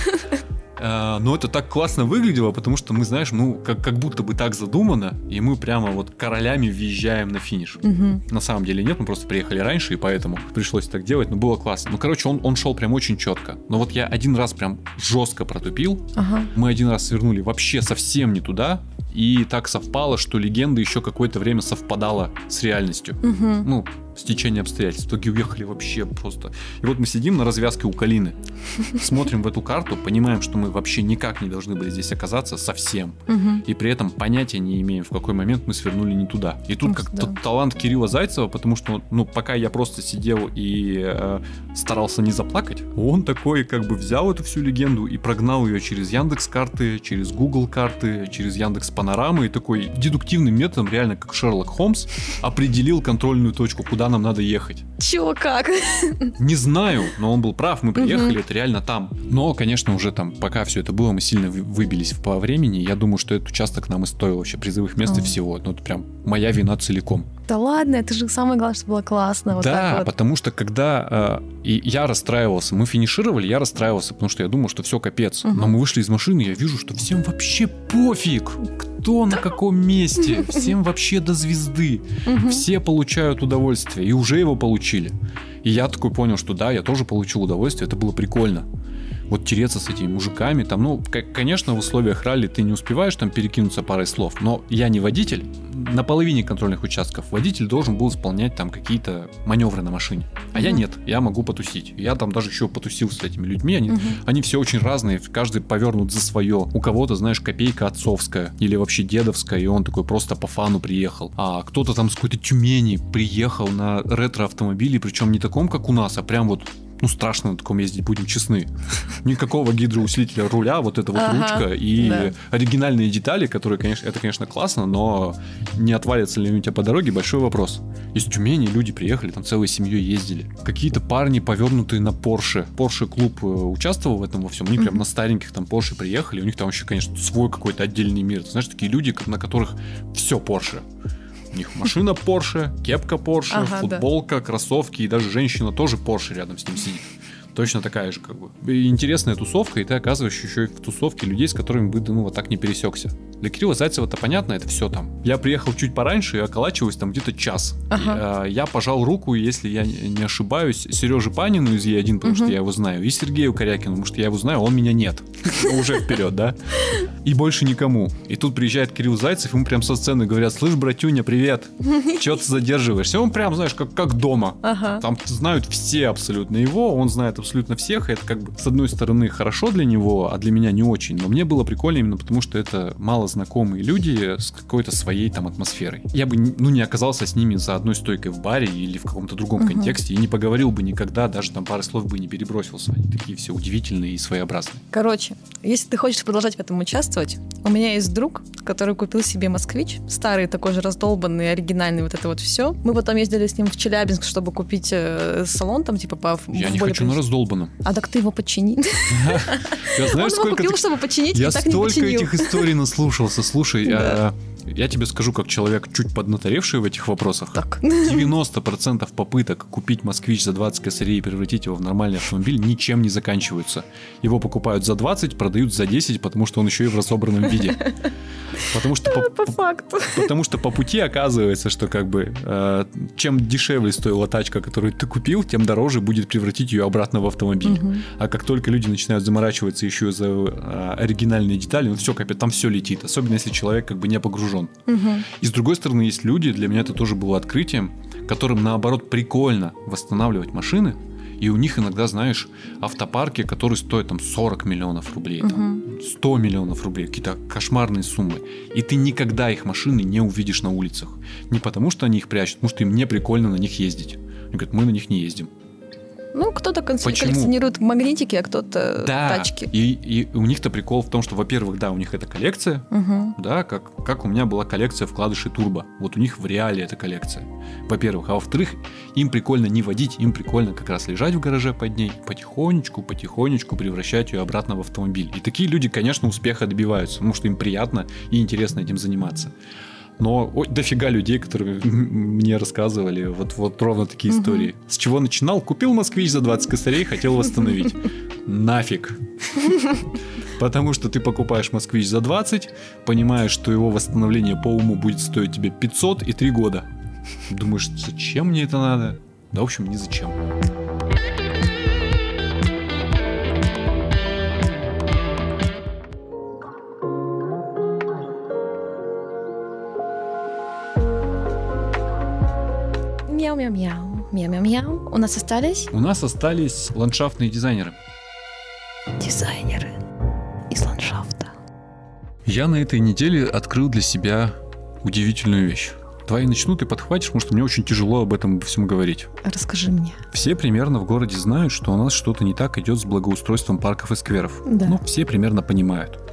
Но это так классно выглядело, потому что мы, знаешь, как будто бы так задумано, и мы прямо вот королями въезжаем на финиш. На самом деле нет, мы просто приехали раньше, и поэтому пришлось так делать, но было классно. Короче, он шел прям очень четко. Но вот я один раз прям жестко протупил, мы один раз свернули вообще совсем не туда, и так совпало, что легенда еще какое-то время совпадала с реальностью. Стечение обстоятельств. В итоге уехали вообще просто. И вот мы сидим на развязке у Калины, смотрим в эту карту, понимаем, что мы вообще никак не должны были здесь оказаться совсем. И при этом понятия не имеем, в какой момент мы свернули не туда. И тут как талант Кирилла Зайцева, потому что, пока я просто сидел и старался не заплакать, он такой как бы взял эту всю легенду и прогнал ее через Яндекс.Карты, через Google карты, через Яндекс.Панорамы, и такой дедуктивным методом, реально как Шерлок Холмс, определил контрольную точку, куда куда нам надо ехать. Чего, как? Не знаю, но он был прав, мы приехали, это реально там. Но, конечно, уже там, пока все это было, мы сильно выбились по времени. Я думаю, что этот участок нам и стоил вообще призовых мест и всего. Ну, это прям моя вина целиком. Да ладно, это же самое главное, что было классно. Вот да, так вот. Потому что когда и я расстраивался, мы финишировали, я расстраивался, потому что я думал, что все, капец. Но мы вышли из машины, я вижу, что всем вообще пофиг, кто на каком месте, всем вообще до звезды. Все получают удовольствие, и уже его получили. И я такой понял, что да, я тоже получил удовольствие, это было прикольно. Вот тереться с этими мужиками, там, ну, конечно, в условиях ралли ты не успеваешь там перекинуться парой слов, но я не водитель. На половине контрольных участков водитель должен был исполнять там какие-то маневры на машине. А я нет, я могу потусить. Я там даже еще потусил с этими людьми, они все очень разные, каждый повернут за свое. У кого-то, знаешь, копейка отцовская или вообще дедовская, и он такой просто по фану приехал. А кто-то там с какой-то Тюмени приехал на ретро-автомобиле, причем не таком, как у нас, а прям вот, ну, страшно на таком ездить, будем честны. Никакого гидроусилителя руля, вот эта вот ручка и оригинальные детали, которые, конечно, это, конечно, классно, но не отвалится ли у тебя по дороге, большой вопрос. Из Тюмени люди приехали, там целой семьей ездили. Какие-то парни, повернутые на Porsche. Porsche клуб участвовал в этом во всем. Они прям на стареньких там Porsche приехали, у них там вообще, конечно, свой какой-то отдельный мир. Ты знаешь, такие люди, на которых все Porsche. У них машина Porsche, кепка Porsche, футболка, кроссовки, и даже женщина тоже Porsche рядом с ним сидит. Точно такая же, как бы. И интересная тусовка, и ты оказываешься еще и в тусовке людей, с которыми бы ты, ну, вот так не пересекся. Для Кирилла Зайцева-то понятно, это все там. Я приехал чуть пораньше и околачиваюсь там где-то час. Я пожал руку, если я не ошибаюсь, Сереже Панину из Е1, потому что я его знаю, и Сергею Корякину, потому что я его знаю, он меня нет. Уже вперед, да? И больше никому. И тут приезжает Кирилл Зайцев, ему прям со сцены говорят: слышь, братюня, привет. Чего ты задерживаешься? Он прям, знаешь, как дома. Там знают все абсолютно его, он знает абсолютно всех. Это как бы, с одной стороны, хорошо для него, а для меня не очень. Но мне было прикольно именно потому, что это мало знакомые люди с какой-то своей там атмосферой. Я бы, ну, не оказался с ними за одной стойкой в баре или в каком-то другом контексте и не поговорил бы никогда, даже там пары слов бы не перебросился. Они такие все удивительные и своеобразные. Короче, если ты хочешь продолжать в этом участвовать, у меня есть друг, который купил себе «Москвич», старый такой же раздолбанный, оригинальный, вот это вот все. Мы потом ездили с ним в Челябинск, чтобы купить салон там, типа по... Я не хочу на раздолбанном. А так ты его почини. Он его купил, чтобы починить, и так не починил. Я столько этих историй наслушался. Слушай, я тебе скажу, как человек, чуть поднаторевший в этих вопросах. Так. 90% попыток купить «Москвич» за 20 косарей и превратить его в нормальный автомобиль ничем не заканчиваются. Его покупают за 20, продают за 10, потому что он еще и в разобранном виде. Потому что по факту. Потому что по пути оказывается, что как бы чем дешевле стоила тачка, которую ты купил, тем дороже будет превратить ее обратно в автомобиль. А как только люди начинают заморачиваться еще за оригинальные детали, ну все, капец, там все летит. Особенно если человек как бы не погружен. И с другой стороны, есть люди, для меня это тоже было открытием, которым наоборот прикольно восстанавливать машины. И у них иногда, знаешь, автопарки, которые стоят там 40 миллионов рублей, там, 100 миллионов рублей, какие-то кошмарные суммы. И ты никогда их машины не увидишь на улицах. Не потому, что они их прячут, потому что им не прикольно на них ездить. Они говорят, мы на них не ездим. Ну, кто-то коллекционирует магнитики, а кто-то тачки. И у них-то прикол в том, что, во-первых, да, у них это коллекция, да, как у меня была коллекция вкладышей турбо. Вот у них в реале эта коллекция. Во-первых. А во-вторых, им прикольно не водить, им прикольно как раз лежать в гараже под ней, потихонечку превращать ее обратно в автомобиль. И такие люди, конечно, успеха добиваются, потому что им приятно и интересно этим заниматься. Но дофига людей, которые мне рассказывали вот ровно такие истории. С чего начинал? Купил «Москвич» за 20 косарей, хотел восстановить. Нафиг. Потому что ты покупаешь «Москвич» за 20, понимаешь, что его восстановление по уму будет стоить тебе 500 и 3 года. Думаешь, зачем мне это надо? Да, в общем, ни зачем. Мяу-мяу-мяу. Мяу-мяу-мяу. У нас остались ландшафтные дизайнеры. Дизайнеры из ландшафта. Я на этой неделе открыл для себя удивительную вещь. Давай начну, ты подхватишь, потому что мне очень тяжело об этом всем говорить. Расскажи мне. Все примерно в городе знают, что у нас что-то не так идет с благоустройством парков и скверов. Да. Ну, все примерно понимают.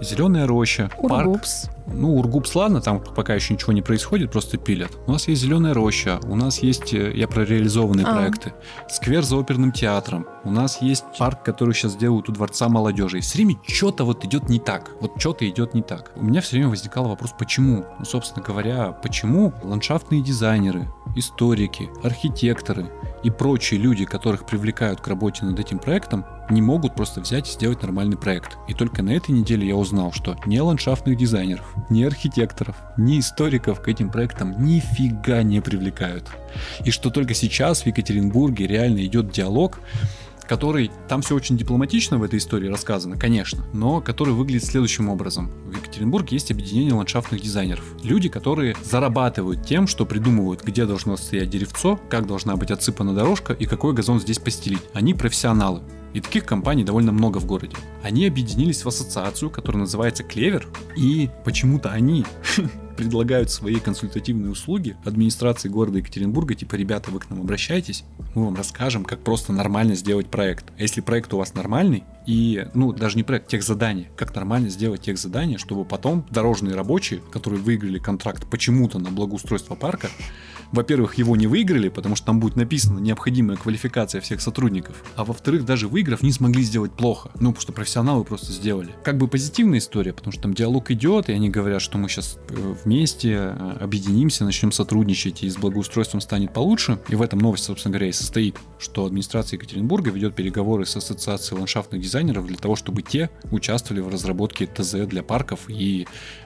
Зеленая роща, Ургупс. парк. Ургупс, ладно, там пока еще ничего не происходит, просто пилят. У нас есть Зеленая роща, у нас есть, я про реализованные проекты, сквер за оперным театром, у нас есть парк, который сейчас делают у Дворца молодежи. И все время что-то вот идет не так. Вот что-то идет не так. У меня все время возникал вопрос, почему? Собственно говоря, почему ландшафтные дизайнеры, историки, архитекторы и прочие люди, которых привлекают к работе над этим проектом, не могут просто взять и сделать нормальный проект. И только на этой неделе я узнал, что ни ландшафтных дизайнеров, ни архитекторов, ни историков к этим проектам нифига не привлекают. И что только сейчас в Екатеринбурге реально идет диалог, который, там все очень дипломатично в этой истории рассказано, конечно, но который выглядит следующим образом. В Екатеринбурге есть объединение ландшафтных дизайнеров. Люди, которые зарабатывают тем, что придумывают, где должно стоять деревцо, как должна быть отсыпана дорожка и какой газон здесь постелить. Они профессионалы. И таких компаний довольно много в городе. Они объединились в ассоциацию, которая называется «Клевер», и почему-то они предлагают свои консультативные услуги администрации города Екатеринбурга, типа, ребята, вы к нам обращайтесь, мы вам расскажем, как просто нормально сделать проект. А если проект у вас нормальный, и, даже не проект, техзадание, как нормально сделать техзадание, чтобы потом дорожные рабочие, которые выиграли контракт почему-то на благоустройство парка, во-первых, его не выиграли, потому что там будет написана необходимая квалификация всех сотрудников, а во-вторых, даже выиграв, не смогли сделать плохо, потому что профессионалы просто сделали. Как бы позитивная история, потому что там диалог идет, и они говорят, что мы сейчас вместе объединимся, начнем сотрудничать, и с благоустройством станет получше. И в этом новость, собственно говоря, и состоит, что администрация Екатеринбурга ведет переговоры с ассоциацией ландшафтных дизайнеров для того, чтобы те участвовали в разработке ТЗ для парков, и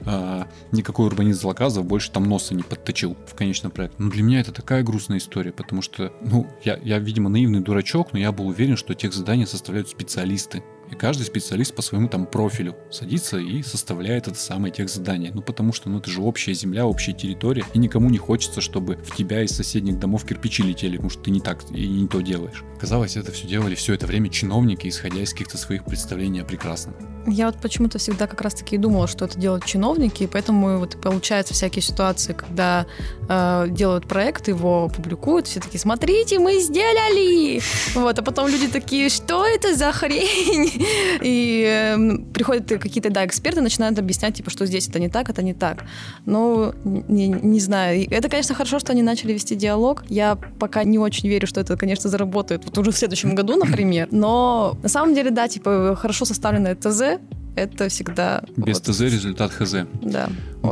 никакой урбанист Злаказов больше там носа не подточил в конечном проекте. Для меня это такая грустная история, потому что, я, видимо, наивный дурачок, но я был уверен, что техзадания составляют специалисты. И каждый специалист по своему там профилю садится и составляет это самое техзадание. Потому что, это же общая земля, общая территория, и никому не хочется, чтобы в тебя из соседних домов кирпичи летели, потому что ты не так и не то делаешь. Казалось, это все делали все это время чиновники, исходя из каких-то своих представлений о прекрасном. Я почему-то всегда как раз-таки и думала, что это делают чиновники, и поэтому получаются всякие ситуации, когда делают проект, его публикуют, все такие: смотрите, мы сделали! А потом люди такие: что это за хрень? И приходят какие-то, эксперты, начинают объяснять, что здесь это не так, это не так. Не знаю. Это, конечно, хорошо, что они начали вести диалог. Я пока не очень верю, что это, конечно, заработает уже в следующем году, например. Но на самом деле, хорошо составленное ТЗ — это всегда... Без ТЗ результат ХЗ. Да.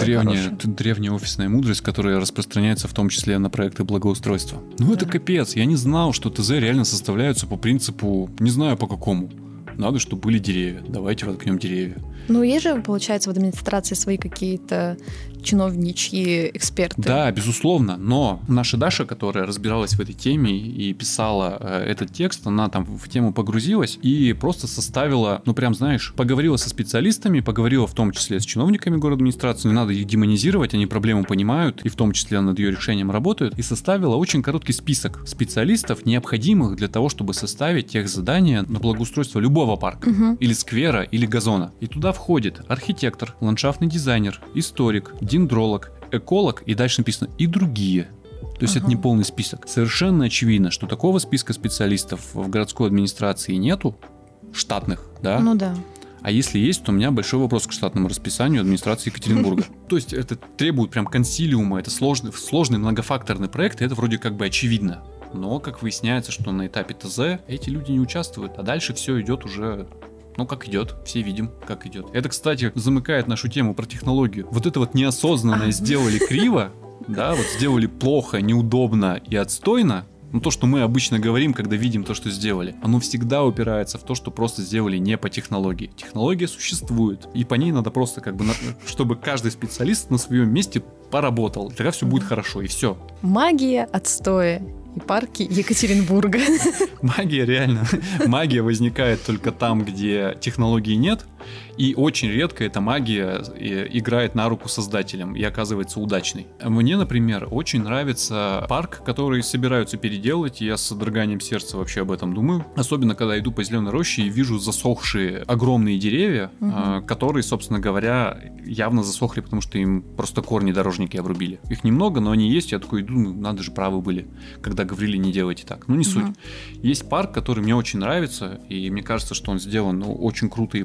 Древняя офисная мудрость, которая распространяется в том числе на проекты благоустройства. Это капец. Я не знал, что ТЗ реально составляются по принципу, не знаю по какому. Надо, чтобы были деревья. Давайте воткнем деревья. Есть же, получается, в администрации свои какие-то чиновничьи эксперты. Да, безусловно, но наша Даша, которая разбиралась в этой теме и писала этот текст, она там в тему погрузилась и просто составила, поговорила со специалистами, поговорила в том числе с чиновниками город администрации, не надо их демонизировать, они проблему понимают, и в том числе над ее решением работают, и составила очень короткий список специалистов, необходимых для того, чтобы составить техзадание на благоустройство любого парка, или сквера, или газона. И туда входит архитектор, ландшафтный дизайнер, историк, дендролог, эколог, и дальше написано «и другие». То есть это не полный список. Совершенно очевидно, что такого списка специалистов в городской администрации нету, штатных, да? Да. А если есть, то у меня большой вопрос к штатному расписанию администрации Екатеринбурга. То есть это требует прям консилиума, это сложный многофакторный проект, и это вроде как бы очевидно. Но, как выясняется, что на этапе ТЗ эти люди не участвуют, а дальше все идет уже... как идет, все видим, как идет. Это, кстати, замыкает нашу тему про технологию. Это неосознанное сделали криво, сделали плохо, неудобно и отстойно. То, что мы обычно говорим, когда видим то, что сделали, оно всегда упирается в то, что просто сделали не по технологии. Технология существует, и по ней надо просто чтобы каждый специалист на своем месте поработал. И тогда все будет хорошо, и все. Магия отстоя. И парки Екатеринбурга. Магия, реально. Магия возникает только там, где технологий нет. И очень редко эта магия играет на руку создателям и оказывается удачной. Мне, например, очень нравится парк, который собираются переделать, и я с содроганием сердца вообще об этом думаю. Особенно, когда иду по Зеленой роще и вижу засохшие огромные деревья, которые, собственно говоря, явно засохли, потому что им просто корни дорожники обрубили. Их немного, но они есть. Я такой иду, надо же, правы были, когда говорили, не делайте так. Не суть. Есть парк, который мне очень нравится, и мне кажется, что он сделан очень круто и по уму.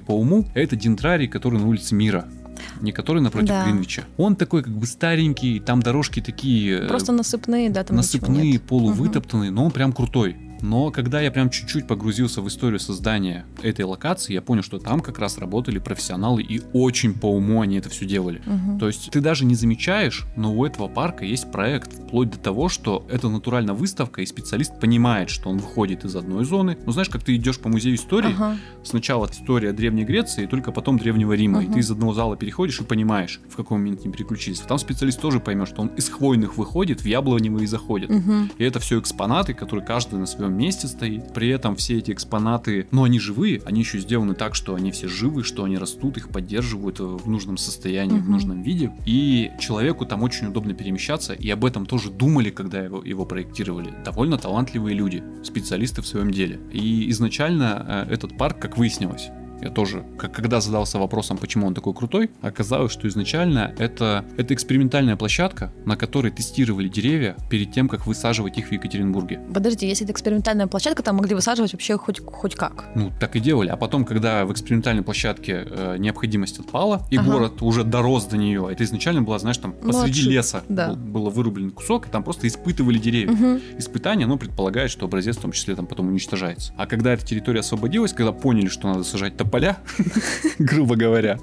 это дендрарий, который на улице Мира. Не который напротив Гринвича. Он такой как бы старенький, там дорожки такие... Просто насыпные, да, там насыпные, полувытоптанные, но он прям крутой. Но когда я прям чуть-чуть погрузился в историю создания этой локации, я понял, что там как раз работали профессионалы и очень по уму они это все делали. То есть ты даже не замечаешь, но у этого парка есть проект, вплоть до того, что это натурально выставка, и специалист понимает, что он выходит из одной зоны. Ну знаешь, как ты идешь по музею истории, сначала история Древней Греции, и только потом Древнего Рима, и ты из одного зала переходишь и понимаешь, в каком моменте не переключились. Там специалист тоже поймет, что он из хвойных выходит, в яблоневые заходит. И это все экспонаты, которые каждый на своем месте стоит. При этом все эти экспонаты, ну они живые, они еще сделаны так, что они все живы, что они растут, их поддерживают в нужном состоянии, в нужном виде. И человеку там очень удобно перемещаться, и об этом тоже думали, когда его проектировали. Довольно талантливые люди, специалисты в своем деле. И изначально этот парк, как выяснилось, я тоже, когда задался вопросом, почему он такой крутой, оказалось, что изначально это экспериментальная площадка, на которой тестировали деревья перед тем, как высаживать их в Екатеринбурге. Подожди, если это экспериментальная площадка, там могли высаживать вообще хоть как? Ну, так и делали. А потом, когда в экспериментальной площадке необходимость отпала, и город уже дорос до нее, это изначально было, знаешь, там посреди леса было вырублен кусок, и там просто испытывали деревья. Испытание, оно предполагает, что образец в том числе там потом уничтожается. А когда эта территория освободилась, когда поняли, что надо сажать тополя, грубо говоря,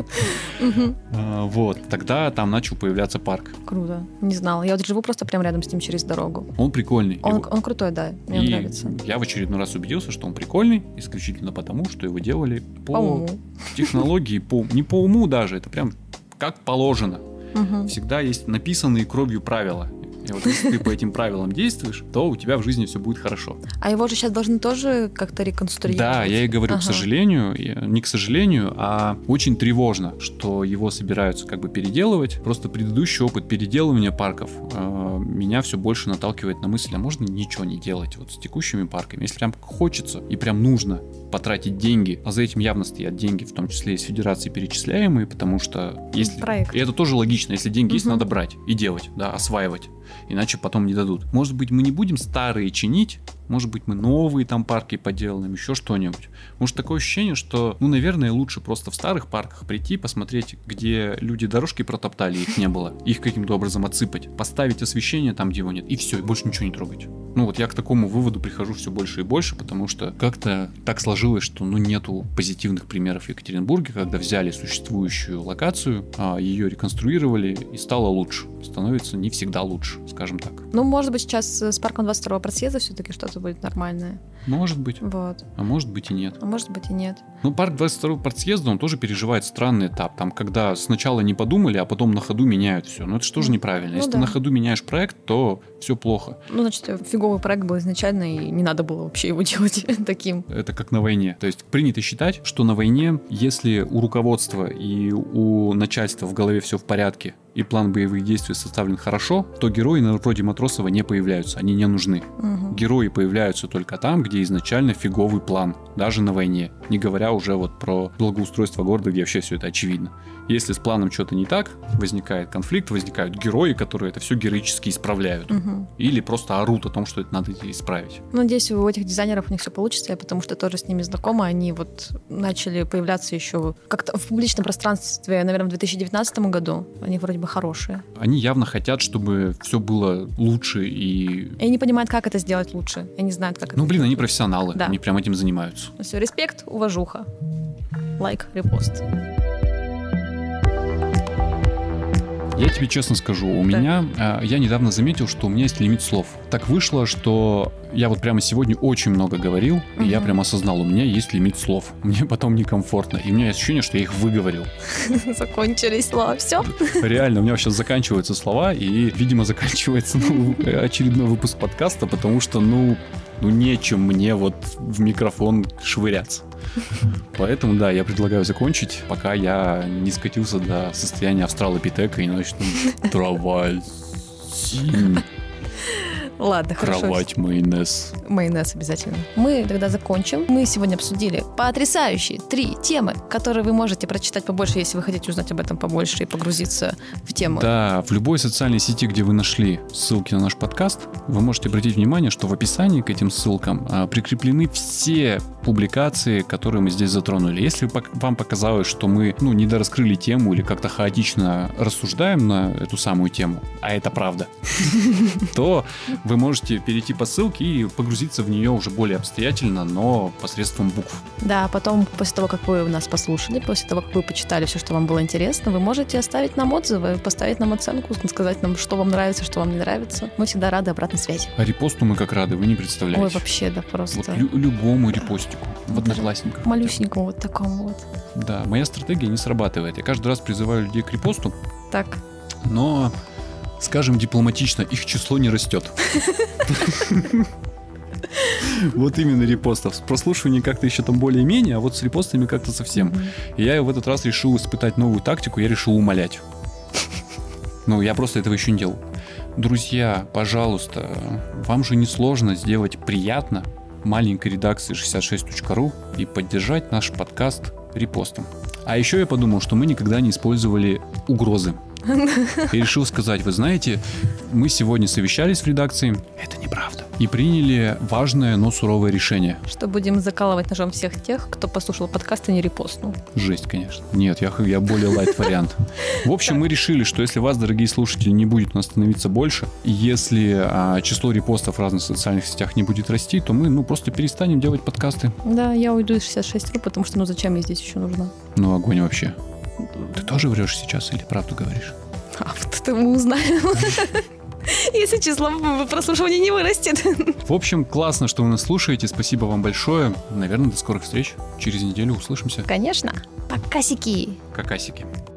вот, тогда там начал появляться парк. Круто, не знала. Я вот живу просто прям рядом с ним через дорогу. Он прикольный. Он крутой, да, мне нравится. Я в очередной раз убедился, что он прикольный, исключительно потому, что его делали по технологии, не по уму даже, это прям как положено. Всегда есть написанные кровью правила. И вот если ты по этим правилам действуешь, то у тебя в жизни все будет хорошо. А его же сейчас должны тоже как-то реконструировать? Да, я и говорю, к сожалению, не к сожалению, а очень тревожно, что его собираются как бы переделывать. Просто предыдущий опыт переделывания парков меня все больше наталкивает на мысль, а можно ничего не делать вот с текущими парками? Если прям хочется и прям нужно потратить деньги, а за этим явно стоят деньги, в том числе из федерации перечисляемые, потому что если... Проект. И это тоже логично, если деньги есть, надо брать и делать, да, осваивать. Иначе потом не дадут. Может быть, мы не будем старые чинить, может быть, мы новые там парки поделаем, еще что-нибудь. Может, такое ощущение, что, ну, наверное, лучше просто в старых парках прийти, посмотреть, где люди дорожки протоптали, их не было, их каким-то образом отсыпать, поставить освещение там, где его нет, и все, и больше ничего не трогать. Ну, вот я к такому выводу прихожу все больше и больше, потому что как-то так сложилось, что, ну, нету позитивных примеров в Екатеринбурге, когда взяли существующую локацию, ее реконструировали, и стало лучше. Становится не всегда лучше, скажем так. Ну, может быть, сейчас с парком 22-го просъезда все-таки что-то будет нормальное. Может быть. Вот. А может быть и нет. А может быть и нет. Ну, парк 22-го партсъезда, он тоже переживает странный этап. Там, когда сначала не подумали, а потом на ходу меняют все. Но это же тоже неправильно. Если ты на ходу меняешь проект, то все плохо. Ну, значит, фиговый проект был изначально, и не надо было вообще его делать таким. Это как на войне. То есть принято считать, что на войне, если у руководства и у начальства в голове все в порядке, и план боевых действий составлен хорошо, то герои вроде Матросова не появляются, они не нужны. Герои появляются только там, где изначально фиговый план, даже на войне. Не говоря уже вот про благоустройство города, где вообще все это очевидно. Если с планом что-то не так, возникает конфликт, возникают герои, которые это все героически исправляют. Или просто орут о том, что это надо исправить. Надеюсь, у этих дизайнеров у них все получится, потому что тоже с ними знакома. Они вот начали появляться еще как-то в публичном пространстве, наверное, в 2019 году. Они вроде бы хорошие. Они явно хотят, чтобы все было лучше и... И они понимают, как это сделать лучше. И не знают, как это Ну, блин, сделать. они профессионалы. Да. Они прям этим занимаются. Все, респект, уважуха. Лайк, репост. Я тебе честно скажу, я недавно заметил, что у меня есть лимит слов. Так вышло, что я вот прямо сегодня очень много говорил, и я прям осознал, у меня есть лимит слов. Мне потом некомфортно, и у меня есть ощущение, что я их выговорил. Закончились слова, все? Реально, у меня сейчас заканчиваются слова, и, видимо, заканчивается очередной выпуск подкаста, потому что, нечем мне вот в микрофон швыряться. Поэтому, да, я предлагаю закончить, пока я не скатился до состояния австралопитека и начну трава синь. Ладно, хорошо. Кровать, майонез. Майонез обязательно. Мы тогда закончим. Мы сегодня обсудили потрясающие 3 темы, которые вы можете прочитать побольше, если вы хотите узнать об этом побольше и погрузиться в тему. Да, в любой социальной сети, где вы нашли ссылки на наш подкаст, вы можете обратить внимание, что в описании к этим ссылкам прикреплены все публикации, которые мы здесь затронули. Если вам показалось, что мы недораскрыли тему или как-то хаотично рассуждаем на эту самую тему, а это правда, то вы можете перейти по ссылке и погрузиться в нее уже более обстоятельно, но посредством букв. Да, потом, после того, как вы нас послушали, после того, как вы почитали все, что вам было интересно, вы можете оставить нам отзывы, поставить нам оценку, сказать нам, что вам нравится, что вам не нравится. Мы всегда рады обратной связи. А репосту мы как рады, вы не представляете. Ой, вообще, да, просто. Вот любому репостику в Одноклассниках. Малюсенькому вот такому вот. Да, моя стратегия не срабатывает. Я каждый раз призываю людей к репосту. Так. Но, скажем дипломатично, их число не растет. Вот именно репостов. С прослушиванием как-то еще там более-менее, а вот с репостами как-то совсем. И я в этот раз решил испытать новую тактику, я решил умолять. Я просто этого еще не делал. Друзья, пожалуйста, вам же не сложно сделать приятно маленькой редакции 66.ru и поддержать наш подкаст репостом. А еще я подумал, что мы никогда не использовали угрозы. И решил сказать, вы знаете, мы сегодня совещались в редакции, это неправда, и приняли важное, но суровое решение. Что будем закалывать ножом всех тех, кто послушал подкаст и не репостнул. Жесть, конечно. Нет, я более лайт вариант. В общем, мы решили, что если вас, дорогие слушатели, не будет у нас становиться больше, если число репостов в разных социальных сетях не будет расти, то мы просто перестанем делать подкасты. Да, я уйду из 66.ru, потому что зачем я здесь еще нужна? Огонь вообще. Ты тоже врешь сейчас или правду говоришь? А вот это мы узнаем. Если число прослушивания не вырастет. В общем, классно, что вы нас слушаете. Спасибо вам большое. Наверное, до скорых встреч. Через неделю услышимся. Конечно. Покасики. Какасики.